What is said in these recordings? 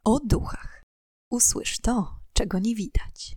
O duchach. Usłysz to, czego nie widać.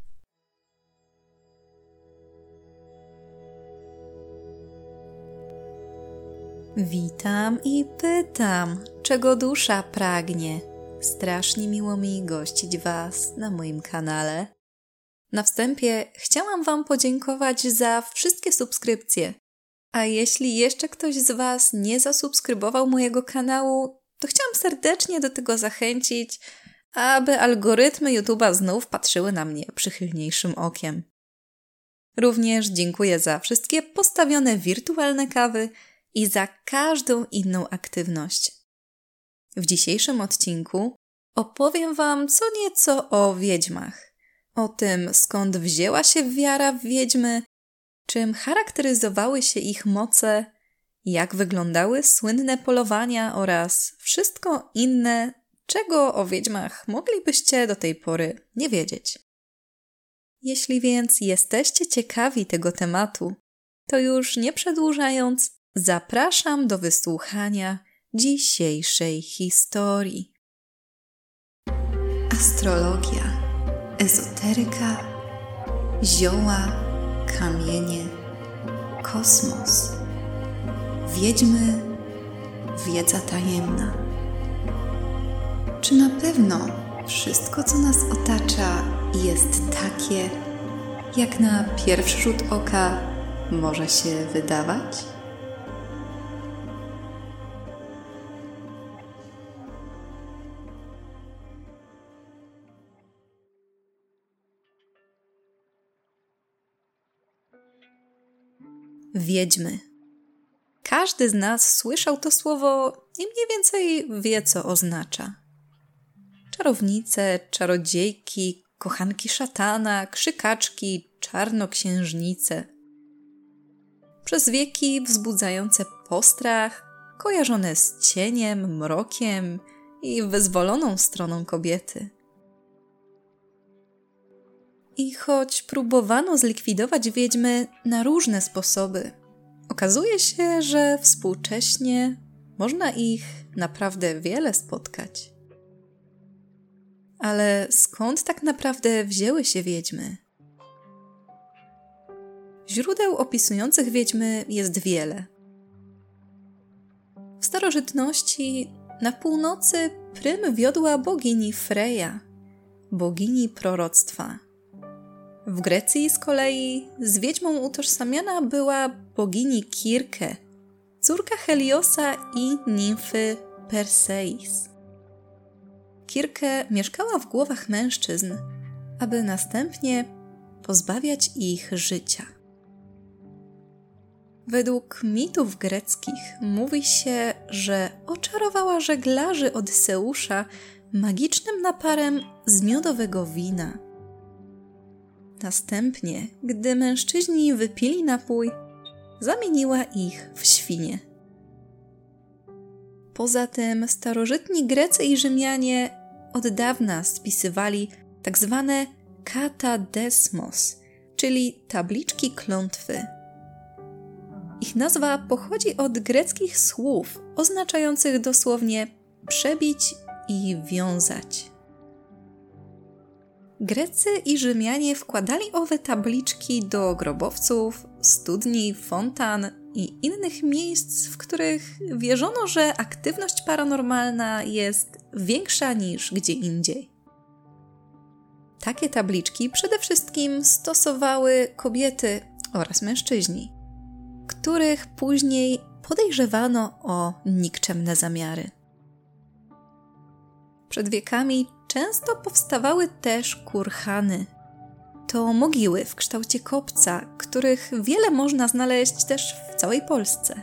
Witam i pytam, czego dusza pragnie. Strasznie miło mi gościć Was na moim kanale. Na wstępie chciałam Wam podziękować za wszystkie subskrypcje. A jeśli jeszcze ktoś z Was nie zasubskrybował mojego kanału, to chciałam serdecznie do tego zachęcić, aby algorytmy YouTube'a znów patrzyły na mnie przychylniejszym okiem. Również dziękuję za wszystkie postawione wirtualne kawy i za każdą inną aktywność. W dzisiejszym odcinku opowiem Wam co nieco o wiedźmach, o tym, skąd wzięła się wiara w wiedźmy, czym charakteryzowały się ich moce, jak wyglądały słynne polowania oraz wszystko inne, czego o wiedźmach moglibyście do tej pory nie wiedzieć. Jeśli więc jesteście ciekawi tego tematu, to już nie przedłużając, zapraszam do wysłuchania dzisiejszej historii. Astrologia, ezoteryka, zioła, kamienie, kosmos, wiedźmy, wiedza tajemna. Czy na pewno wszystko, co nas otacza, jest takie, jak na pierwszy rzut oka może się wydawać? Wiedźmy. Każdy z nas słyszał to słowo i mniej więcej wie, co oznacza. Czarownice, czarodziejki, kochanki szatana, krzykaczki, czarnoksiężnice. Przez wieki wzbudzające postrach, kojarzone z cieniem, mrokiem i wyzwoloną stroną kobiety. I choć próbowano zlikwidować wiedźmy na różne sposoby, okazuje się, że współcześnie można ich naprawdę wiele spotkać. Ale skąd tak naprawdę wzięły się wiedźmy? Źródeł opisujących wiedźmy jest wiele. W starożytności na północy prym wiodła bogini Freja, bogini proroctwa. W Grecji z kolei z wiedźmą utożsamiana była bogini Kirke, córka Heliosa i nimfy Perseis. Kirke mieszkała w głowach mężczyzn, aby następnie pozbawiać ich życia. Według mitów greckich mówi się, że oczarowała żeglarzy Odyseusza magicznym naparem z miodowego wina. Następnie, gdy mężczyźni wypili napój, zamieniła ich w świnie. Poza tym starożytni Grecy i Rzymianie od dawna spisywali tak zwane kata desmos, czyli tabliczki klątwy. Ich nazwa pochodzi od greckich słów oznaczających dosłownie przebić i wiązać. Grecy i Rzymianie wkładali owe tabliczki do grobowców, studni, fontan i innych miejsc, w których wierzono, że aktywność paranormalna jest większa niż gdzie indziej. Takie tabliczki przede wszystkim stosowały kobiety oraz mężczyźni, których później podejrzewano o nikczemne zamiary. Przed wiekami często powstawały też kurhany. To mogiły w kształcie kopca, których wiele można znaleźć też w całej Polsce.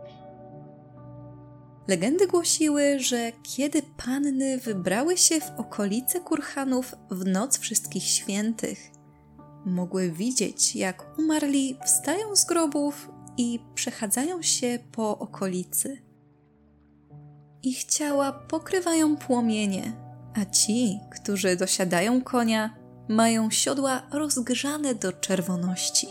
Legendy głosiły, że kiedy panny wybrały się w okolice kurhanów w noc Wszystkich Świętych, mogły widzieć, jak umarli wstają z grobów i przechadzają się po okolicy. Ich ciała pokrywają płomienie, a ci, którzy dosiadają konia, mają siodła rozgrzane do czerwoności.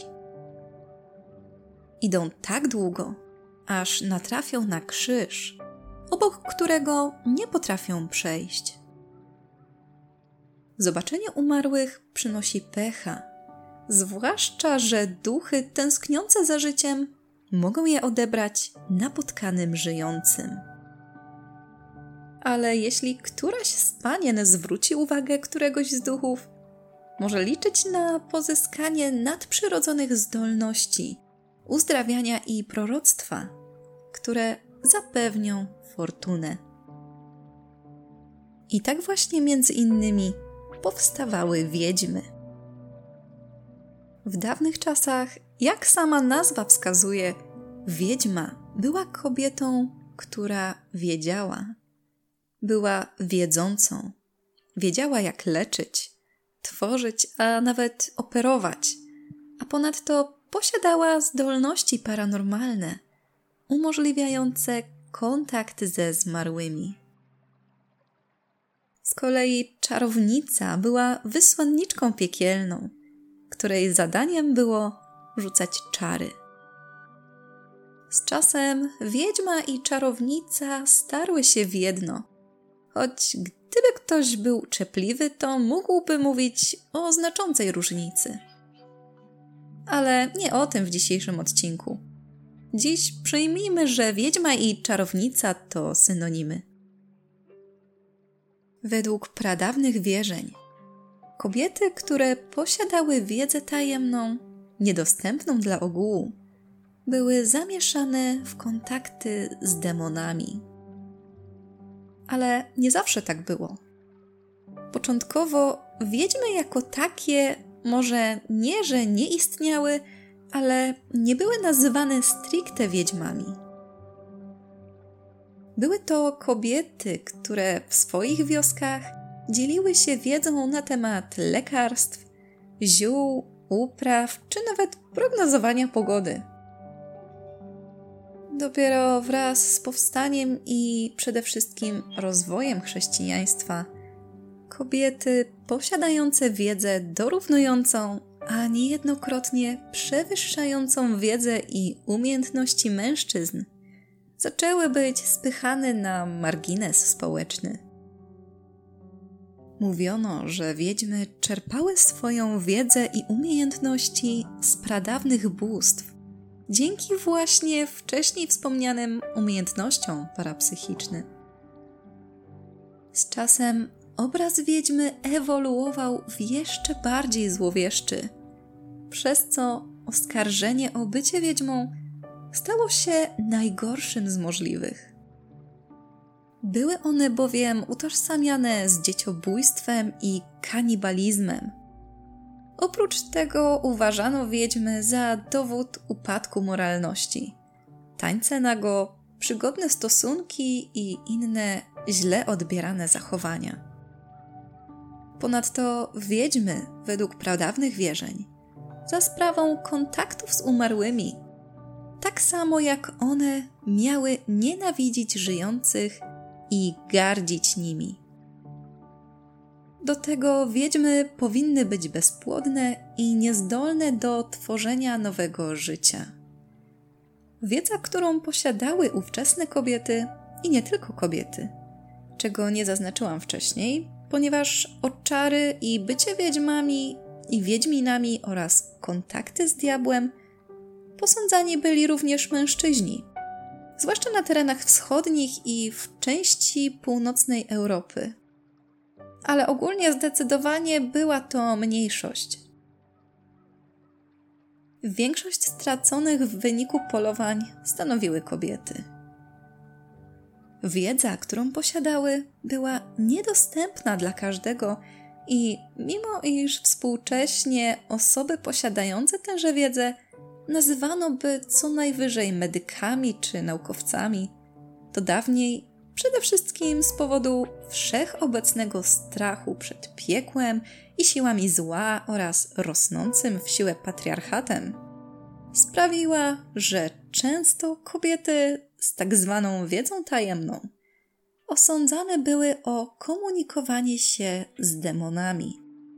Idą tak długo, aż natrafią na krzyż, obok którego nie potrafią przejść. Zobaczenie umarłych przynosi pecha, zwłaszcza, że duchy tęskniące za życiem mogą je odebrać napotkanym żyjącym. Ale jeśli któraś z panien zwróci uwagę któregoś z duchów, może liczyć na pozyskanie nadprzyrodzonych zdolności, uzdrawiania i proroctwa, które zapewnią fortunę. I tak właśnie między innymi powstawały wiedźmy. W dawnych czasach, jak sama nazwa wskazuje, wiedźma była kobietą, która wiedziała. Była wiedzącą. Wiedziała, jak leczyć, tworzyć, a nawet operować. A ponadto posiadała zdolności paranormalne, umożliwiające kontakt ze zmarłymi. Z kolei czarownica była wysłanniczką piekielną, której zadaniem było rzucać czary. Z czasem wiedźma i czarownica starły się w jedno, choć gdyby ktoś był czepliwy, to mógłby mówić o znaczącej różnicy. Ale nie o tym w dzisiejszym odcinku. Dziś przyjmijmy, że wiedźma i czarownica to synonimy. Według pradawnych wierzeń, kobiety, które posiadały wiedzę tajemną, niedostępną dla ogółu, były zamieszane w kontakty z demonami. Ale nie zawsze tak było. Początkowo wiedźmy jako takie może nie, że nie istniały, ale nie były nazywane stricte wiedźmami. Były to kobiety, które w swoich wioskach dzieliły się wiedzą na temat lekarstw, ziół, upraw czy nawet prognozowania pogody. Dopiero wraz z powstaniem i przede wszystkim rozwojem chrześcijaństwa, kobiety posiadające wiedzę dorównującą, a niejednokrotnie przewyższającą wiedzę i umiejętności mężczyzn, zaczęły być spychane na margines społeczny. Mówiono, że wiedźmy czerpały swoją wiedzę i umiejętności z pradawnych bóstw, dzięki właśnie wcześniej wspomnianym umiejętnościom parapsychicznym. Z czasem obraz wiedźmy ewoluował w jeszcze bardziej złowieszczy, przez co oskarżenie o bycie wiedźmą stało się najgorszym z możliwych. Były one bowiem utożsamiane z dzieciobójstwem i kanibalizmem. Oprócz tego uważano wiedźmy za dowód upadku moralności. Tańce nago, przygodne stosunki i inne źle odbierane zachowania. Ponadto wiedźmy, według pradawnych wierzeń, za sprawą kontaktów z umarłymi, tak samo jak one miały nienawidzić żyjących i gardzić nimi. Do tego wiedźmy powinny być bezpłodne i niezdolne do tworzenia nowego życia. Wiedza, którą posiadały ówczesne kobiety i nie tylko kobiety, czego nie zaznaczyłam wcześniej, ponieważ o czary i bycie wiedźmami i wiedźminami oraz kontakty z diabłem posądzani byli również mężczyźni, zwłaszcza na terenach wschodnich i w części północnej Europy. Ale ogólnie zdecydowanie była to mniejszość. Większość straconych w wyniku polowań stanowiły kobiety. Wiedza, którą posiadały, była niedostępna dla każdego i mimo iż współcześnie osoby posiadające tęże wiedzę nazywano by co najwyżej medykami czy naukowcami, to dawniej przede wszystkim z powodu wszechobecnego strachu przed piekłem i siłami zła oraz rosnącym w siłę patriarchatem sprawiła, że często kobiety z tak zwaną wiedzą tajemną osądzane były o komunikowanie się z demonami.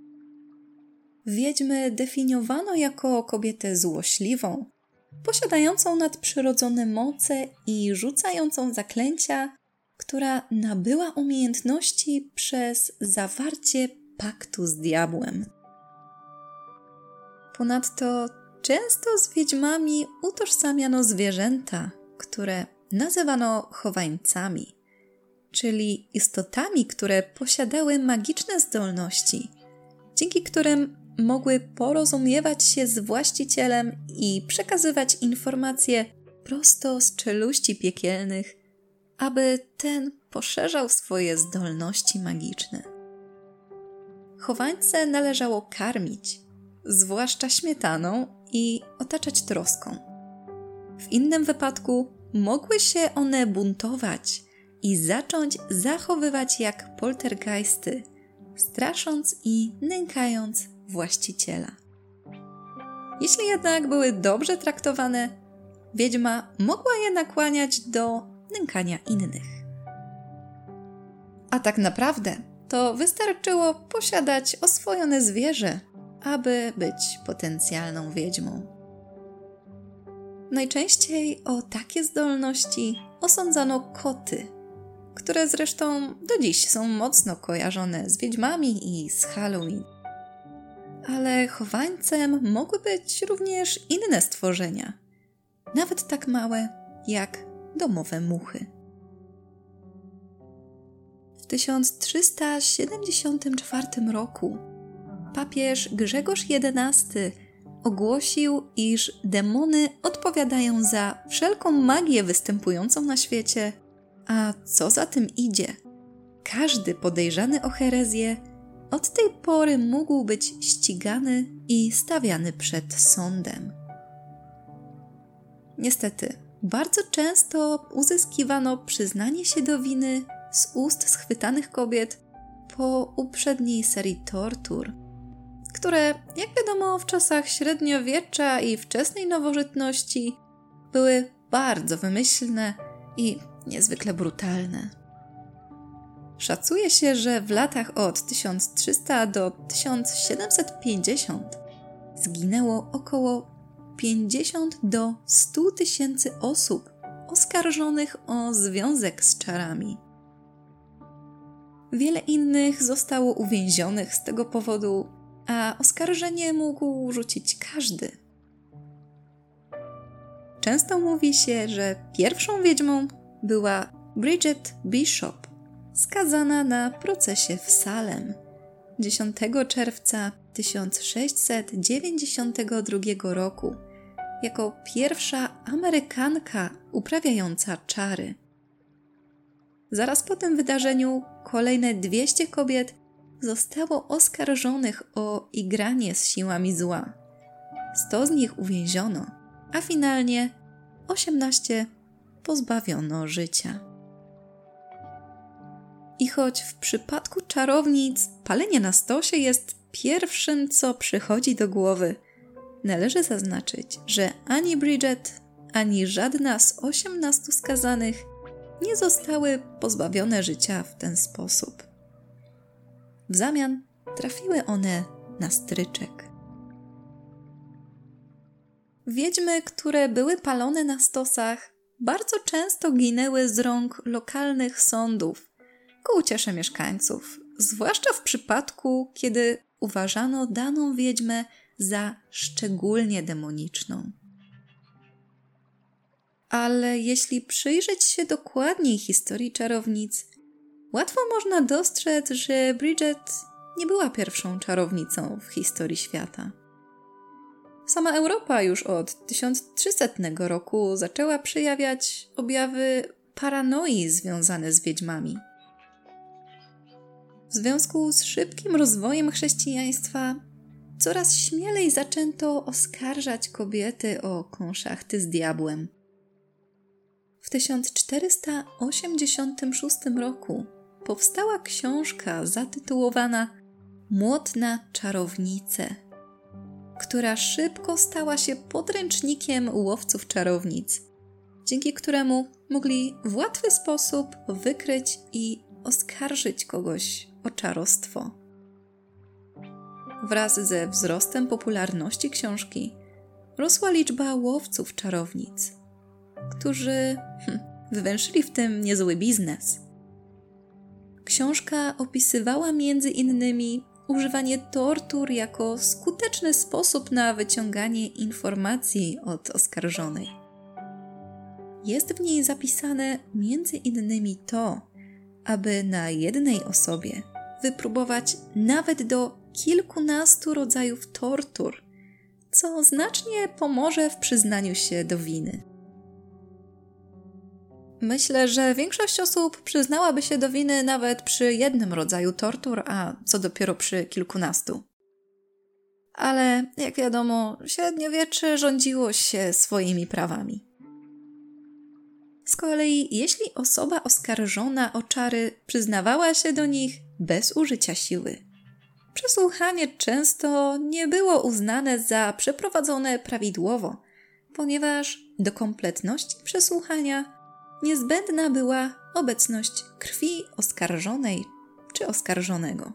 Wiedźmy definiowano jako kobietę złośliwą, posiadającą nadprzyrodzone moce i rzucającą zaklęcia, która nabyła umiejętności przez zawarcie paktu z diabłem. Ponadto często z wiedźmami utożsamiano zwierzęta, które nazywano chowańcami, czyli istotami, które posiadały magiczne zdolności, dzięki którym mogły porozumiewać się z właścicielem i przekazywać informacje prosto z czeluści piekielnych, aby ten poszerzał swoje zdolności magiczne. Chowańce należało karmić, zwłaszcza śmietaną, i otaczać troską. W innym wypadku mogły się one buntować i zacząć zachowywać jak poltergeisty, strasząc i nękając właściciela. Jeśli jednak były dobrze traktowane, wiedźma mogła je nakłaniać do nękania innych. A tak naprawdę to wystarczyło posiadać oswojone zwierzę, aby być potencjalną wiedźmą. Najczęściej o takie zdolności osądzano koty, które zresztą do dziś są mocno kojarzone z wiedźmami i z Halloween. Ale chowańcem mogły być również inne stworzenia, nawet tak małe jak domowe muchy. W 1374 roku papież Grzegorz XI ogłosił, iż demony odpowiadają za wszelką magię występującą na świecie, a co za tym idzie, każdy podejrzany o herezję od tej pory mógł być ścigany i stawiany przed sądem. Niestety, bardzo często uzyskiwano przyznanie się do winy z ust schwytanych kobiet po uprzedniej serii tortur, które, jak wiadomo, w czasach średniowiecza i wczesnej nowożytności były bardzo wymyślne i niezwykle brutalne. Szacuje się, że w latach od 1300 do 1750 zginęło około 50 do 100 tysięcy osób oskarżonych o związek z czarami. Wiele innych zostało uwięzionych z tego powodu, a oskarżenie mógł rzucić każdy. Często mówi się, że pierwszą wiedźmą była Bridget Bishop, skazana na procesie w Salem 10 czerwca 1692 roku jako pierwsza Amerykanka uprawiająca czary. Zaraz po tym wydarzeniu kolejne 200 kobiet zostało oskarżonych o igranie z siłami zła. 100 z nich uwięziono, a finalnie 18 pozbawiono życia. I choć w przypadku czarownic palenie na stosie jest pierwszym, co przychodzi do głowy, należy zaznaczyć, że ani Bridget, ani żadna z 18 skazanych nie zostały pozbawione życia w ten sposób. W zamian trafiły one na stryczek. Wiedźmy, które były palone na stosach, bardzo często ginęły z rąk lokalnych sądów ku uciesze mieszkańców, zwłaszcza w przypadku, kiedy uważano daną wiedźmę za szczególnie demoniczną. Ale jeśli przyjrzeć się dokładniej historii czarownic, łatwo można dostrzec, że Bridget nie była pierwszą czarownicą w historii świata. Sama Europa już od 1300 roku zaczęła przejawiać objawy paranoi związane z wiedźmami. W związku z szybkim rozwojem chrześcijaństwa coraz śmielej zaczęto oskarżać kobiety o konszachty z diabłem. W 1486 roku powstała książka zatytułowana Młot na czarownice, która szybko stała się podręcznikiem łowców czarownic, dzięki któremu mogli w łatwy sposób wykryć i oskarżyć kogoś o czarostwo. Wraz ze wzrostem popularności książki rosła liczba łowców czarownic, którzy wywęszyli w tym niezły biznes. Książka opisywała między innymi używanie tortur jako skuteczny sposób na wyciąganie informacji od oskarżonej. Jest w niej zapisane między innymi to, aby na jednej osobie wypróbować nawet do kilkunastu rodzajów tortur, co znacznie pomoże w przyznaniu się do winy. Myślę, że większość osób przyznałaby się do winy nawet przy jednym rodzaju tortur, a co dopiero przy kilkunastu. Ale, jak wiadomo, średniowiecze rządziło się swoimi prawami. Z kolei, jeśli osoba oskarżona o czary przyznawała się do nich bez użycia siły, przesłuchanie często nie było uznane za przeprowadzone prawidłowo, ponieważ do kompletności przesłuchania niezbędna była obecność krwi oskarżonej czy oskarżonego.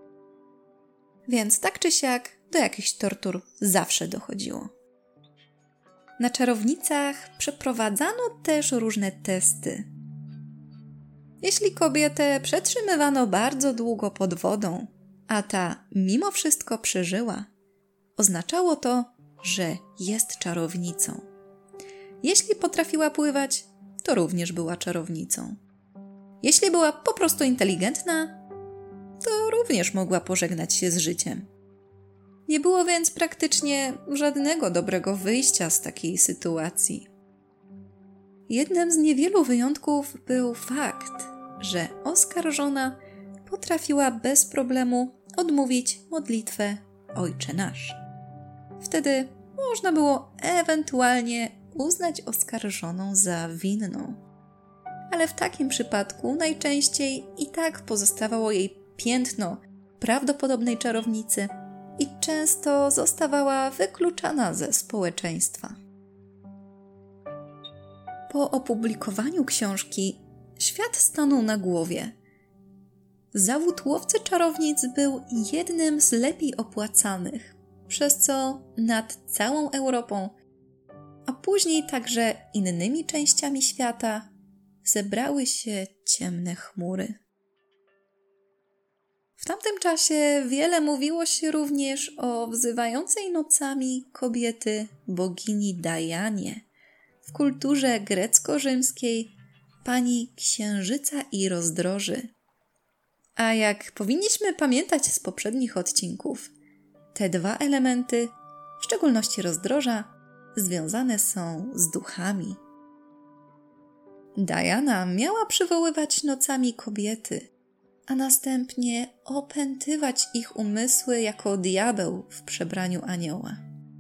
Więc tak czy siak do jakichś tortur zawsze dochodziło. Na czarownicach przeprowadzano też różne testy. Jeśli kobietę przetrzymywano bardzo długo pod wodą, a ta mimo wszystko przeżyła, oznaczało to, że jest czarownicą. Jeśli potrafiła pływać, to również była czarownicą. Jeśli była po prostu inteligentna, to również mogła pożegnać się z życiem. Nie było więc praktycznie żadnego dobrego wyjścia z takiej sytuacji. Jednym z niewielu wyjątków był fakt, że oskarżona potrafiła bez problemu odmówić modlitwę Ojcze Nasz. Wtedy można było ewentualnie uznać oskarżoną za winną. Ale w takim przypadku najczęściej i tak pozostawało jej piętno prawdopodobnej czarownicy i często zostawała wykluczana ze społeczeństwa. Po opublikowaniu książki świat stanął na głowie. Zawód łowcy czarownic był jednym z lepiej opłacanych, przez co nad całą Europą, a później także innymi częściami świata, zebrały się ciemne chmury. W tamtym czasie wiele mówiło się również o wzywającej nocami kobiety bogini Dianie, w kulturze grecko-rzymskiej pani księżyca i rozdroży. A jak powinniśmy pamiętać z poprzednich odcinków, te dwa elementy, w szczególności rozdroża, związane są z duchami. Diana miała przywoływać nocami kobiety, a następnie opętywać ich umysły jako diabeł w przebraniu anioła.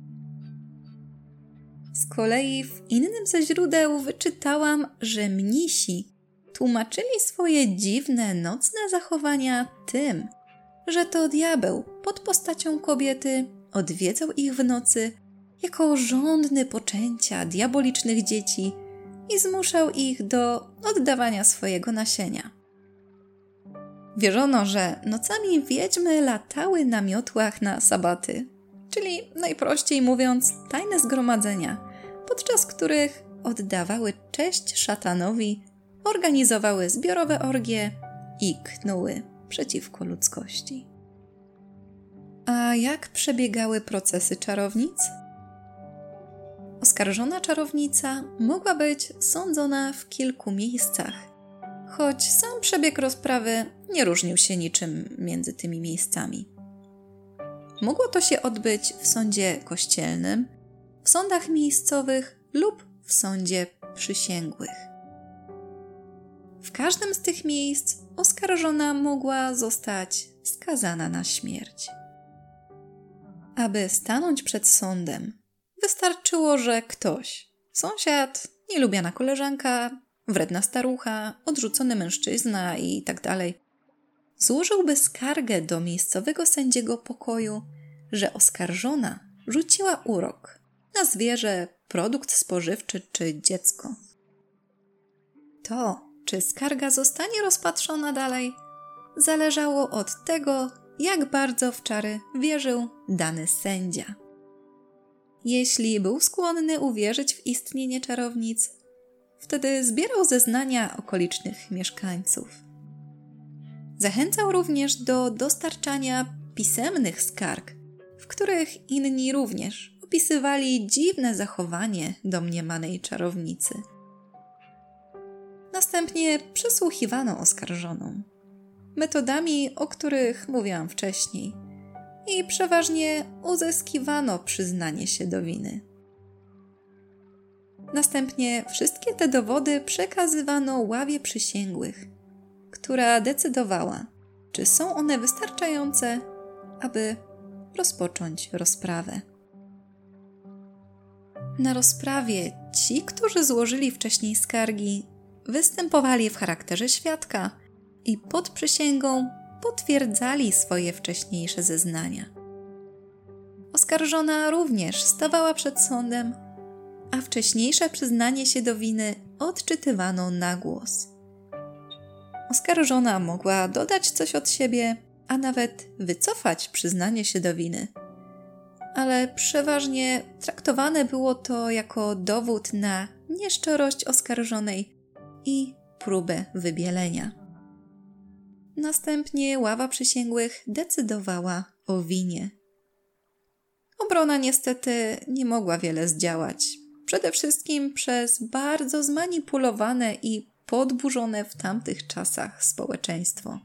Z kolei w innym ze źródeł wyczytałam, że mnisi tłumaczyli swoje dziwne, nocne zachowania tym, że to diabeł pod postacią kobiety odwiedzał ich w nocy jako żądny poczęcia diabolicznych dzieci i zmuszał ich do oddawania swojego nasienia. Wierzono, że nocami wiedźmy latały na miotłach na sabaty, czyli najprościej mówiąc tajne zgromadzenia, podczas których oddawały cześć szatanowi, organizowały zbiorowe orgie i knuły przeciwko ludzkości. A jak przebiegały procesy czarownic? Oskarżona czarownica mogła być sądzona w kilku miejscach, choć sam przebieg rozprawy nie różnił się niczym między tymi miejscami. Mogło to się odbyć w sądzie kościelnym, w sądach miejscowych lub w sądzie przysięgłych. W każdym z tych miejsc oskarżona mogła zostać skazana na śmierć. Aby stanąć przed sądem, wystarczyło, że ktoś, sąsiad, nielubiana koleżanka, wredna starucha, odrzucony mężczyzna itd. złożyłby skargę do miejscowego sędziego pokoju, że oskarżona rzuciła urok na zwierzę, produkt spożywczy czy dziecko. To, czy skarga zostanie rozpatrzona dalej, zależało od tego, jak bardzo w czary wierzył dany sędzia. Jeśli był skłonny uwierzyć w istnienie czarownic, wtedy zbierał zeznania okolicznych mieszkańców. Zachęcał również do dostarczania pisemnych skarg, w których inni również opisywali dziwne zachowanie domniemanej czarownicy. Następnie przesłuchiwano oskarżoną metodami, o których mówiłam wcześniej, i przeważnie uzyskiwano przyznanie się do winy. Następnie wszystkie te dowody przekazywano ławie przysięgłych, która decydowała, czy są one wystarczające, aby rozpocząć rozprawę. Na rozprawie ci, którzy złożyli wcześniej skargi, występowali w charakterze świadka i pod przysięgą potwierdzali swoje wcześniejsze zeznania. Oskarżona również stawała przed sądem, a wcześniejsze przyznanie się do winy odczytywano na głos. Oskarżona mogła dodać coś od siebie, a nawet wycofać przyznanie się do winy. Ale przeważnie traktowane było to jako dowód na nieszczerość oskarżonej i próbę wybielenia. Następnie ława przysięgłych decydowała o winie. Obrona niestety nie mogła wiele zdziałać. Przede wszystkim przez bardzo zmanipulowane i podburzone w tamtych czasach społeczeństwo.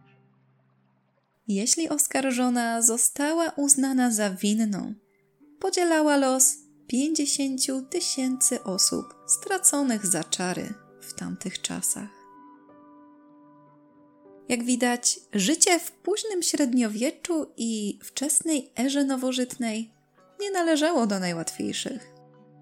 Jeśli oskarżona została uznana za winną, podzielała los 50 000 osób straconych za czary w tamtych czasach. Jak widać, życie w późnym średniowieczu i wczesnej erze nowożytnej nie należało do najłatwiejszych.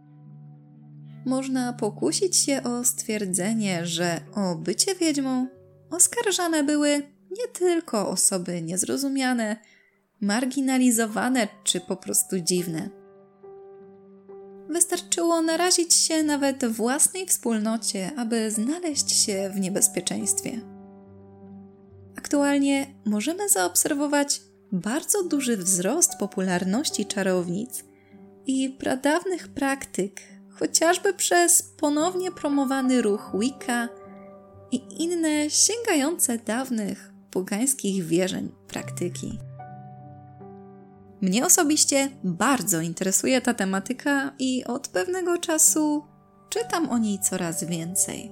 Można pokusić się o stwierdzenie, że o bycie wiedźmą oskarżane były nie tylko osoby niezrozumiane, marginalizowane czy po prostu dziwne. Wystarczyło narazić się nawet własnej wspólnocie, aby znaleźć się w niebezpieczeństwie. Aktualnie możemy zaobserwować bardzo duży wzrost popularności czarownic i pradawnych praktyk, chociażby przez ponownie promowany ruch Wicca i inne sięgające dawnych pogańskich wierzeń praktyki. Mnie osobiście bardzo interesuje ta tematyka i od pewnego czasu czytam o niej coraz więcej.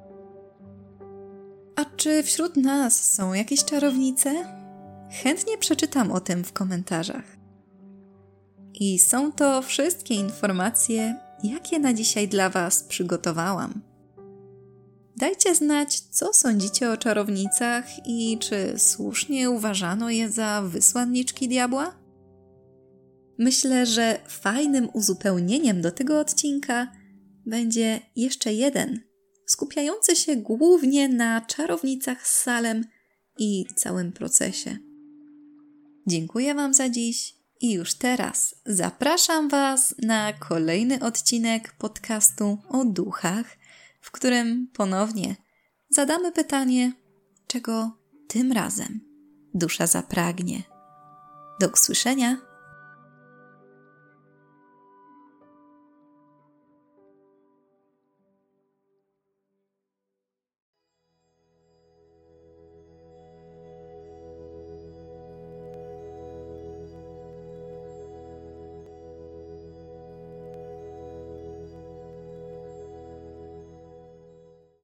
A czy wśród nas są jakieś czarownice? Chętnie przeczytam o tym w komentarzach. I są to wszystkie informacje, jakie na dzisiaj dla Was przygotowałam. Dajcie znać, co sądzicie o czarownicach i czy słusznie uważano je za wysłanniczki diabła? Myślę, że fajnym uzupełnieniem do tego odcinka będzie jeszcze jeden, skupiający się głównie na czarownicach z Salem i całym procesie. Dziękuję Wam za dziś i już teraz zapraszam Was na kolejny odcinek podcastu o duchach, w którym ponownie zadamy pytanie, czego tym razem dusza zapragnie. Do usłyszenia!